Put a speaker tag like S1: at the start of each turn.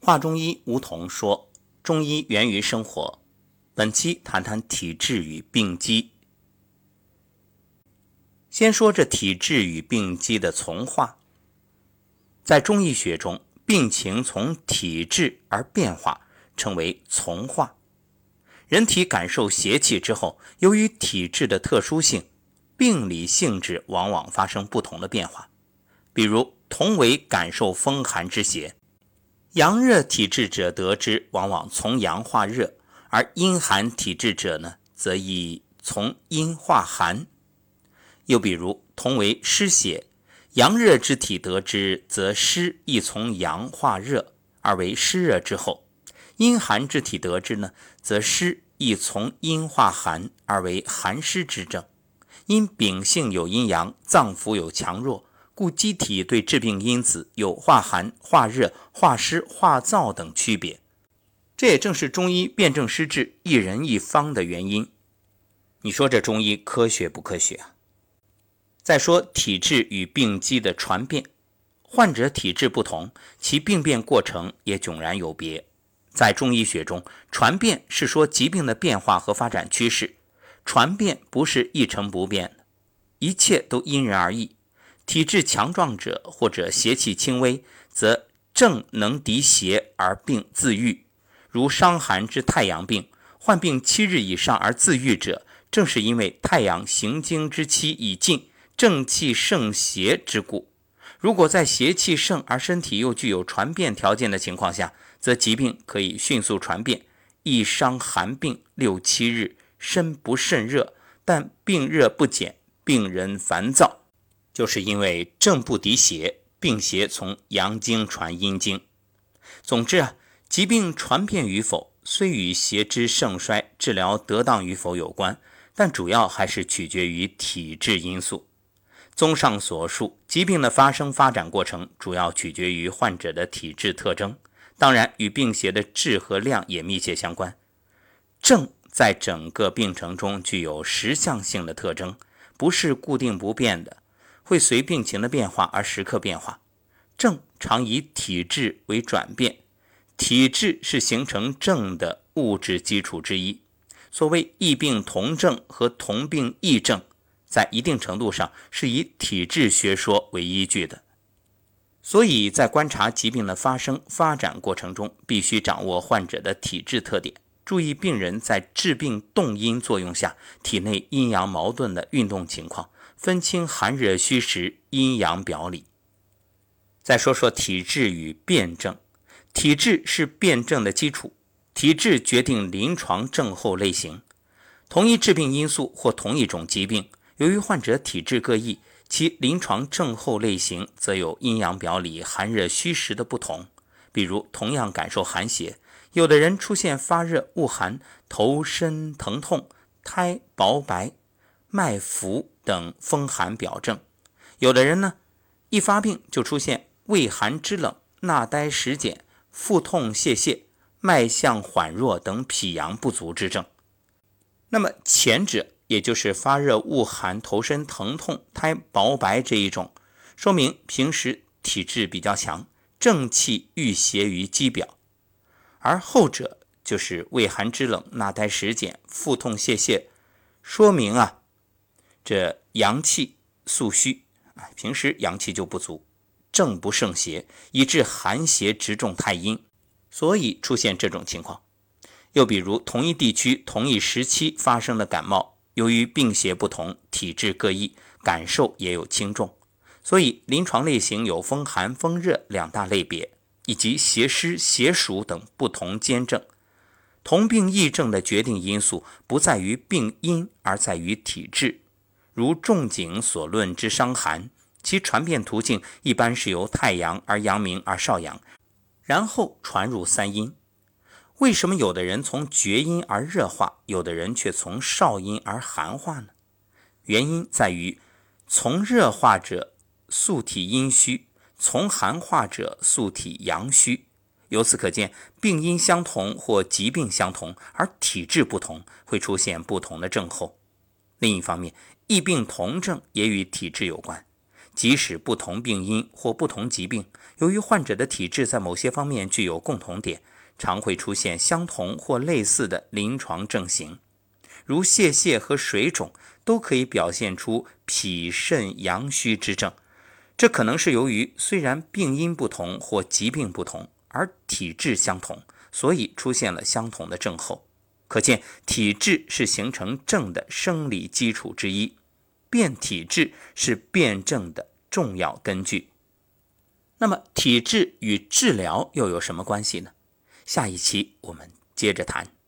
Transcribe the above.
S1: 话中医吴桐说，中医源于生活。本期谈谈体质与病机。先说这体质与病机的从化。在中医学中，病情从体质而变化，称为从化。人体感受邪气之后，由于体质的特殊性，病理性质往往发生不同的变化。比如同为感受风寒之邪，阳热体质者得之，往往从阳化热，而阴寒体质者呢，则易从阴化寒。又比如同为湿邪，阳热之体得之，则湿易从阳化热，而为湿热之后；阴寒之体得之呢，则湿易从阴化寒，而为寒湿之症。因秉性有阴阳，脏腑有强弱，故机体对致病因子有化寒、化热、化湿、化燥等区别。这也正是中医辨证施治、一人一方的原因。你说这中医科学不科学啊？再说体质与病机的传变，患者体质不同，其病变过程也迥然有别。在中医学中，传变是说疾病的变化和发展趋势，传变不是一成不变的，一切都因人而异。体质强壮者或者邪气轻微，则正能敌邪而病自愈。如伤寒之太阳病，患病7日以上而自愈者，正是因为太阳行经之期已尽，正气盛邪之故。如果在邪气盛而身体又具有传变条件的情况下，则疾病可以迅速传变。一伤寒病6、7日，身不甚热，但病热不减，病人烦躁，就是因为正不敌邪，病邪从阳经传阴经。总之疾病传变与否，虽与邪之盛衰、治疗得当与否有关，但主要还是取决于体质因素。综上所述，疾病的发生发展过程主要取决于患者的体质特征，当然与病邪的质和量也密切相关。症在整个病程中具有时相性的特征，不是固定不变的，会随病情的变化而时刻变化。症常以体质为转变，体质是形成症的物质基础之一。所谓异病同症和同病异症，在一定程度上是以体质学说为依据的。所以在观察疾病的发生发展过程中，必须掌握患者的体质特点，注意病人在致病动因作用下体内阴阳矛盾的运动情况，分清寒热虚实、阴阳表里。再说说体质与辨证。体质是辨证的基础，体质决定临床症候类型。同一致病因素或同一种疾病，由于患者体质各异，其临床症候类型则有阴阳表里、寒热虚实的不同。比如同样感受寒邪，有的人出现发热、恶寒、头身疼痛、苔薄白、脉浮等风寒表症；有的人呢，一发病就出现畏寒肢冷、纳呆食减、腹痛泄泻、脉象缓弱等脾阳不足之症。那么前者，也就是发热、恶寒、头身疼痛、苔薄白这一种，说明平时体质比较强，正气郁邪于肌表；而后者就是畏寒肢冷、纳呆食减、腹痛泄泻，说明这阳气素虚，平时阳气就不足，正不胜邪，以致寒邪直中太阴，所以出现这种情况。又比如同一地区同一时期发生的感冒，由于病邪不同，体质各异，感受也有轻重，所以临床类型有风寒、风热两大类别，以及邪湿、邪暑等不同兼症。同病异症的决定因素不在于病因，而在于体质。如仲景所论之伤寒，其传变途径一般是由太阳而阳明而少阳，然后传入三阴。为什么有的人从厥阴而热化，有的人却从少阴而寒化呢？原因在于从热化者素体阴虚，从寒化者素体阳虚。由此可见，病因相同或疾病相同，而体质不同，会出现不同的症候。另一方面，异病同症也与体质有关。 即使不同病因或不同疾病，由于患者的体质在某些方面具有共同点，常会出现相同或类似的临床症型。如泄泻和水肿都可以表现出脾肾阳虚之症，这可能是由于虽然病因不同或疾病不同，而体质相同，所以出现了相同的症候。可见体质是形成症的生理基础之一，辨体质是辨证的重要根据。那么体质与治疗又有什么关系呢？下一期我们接着谈。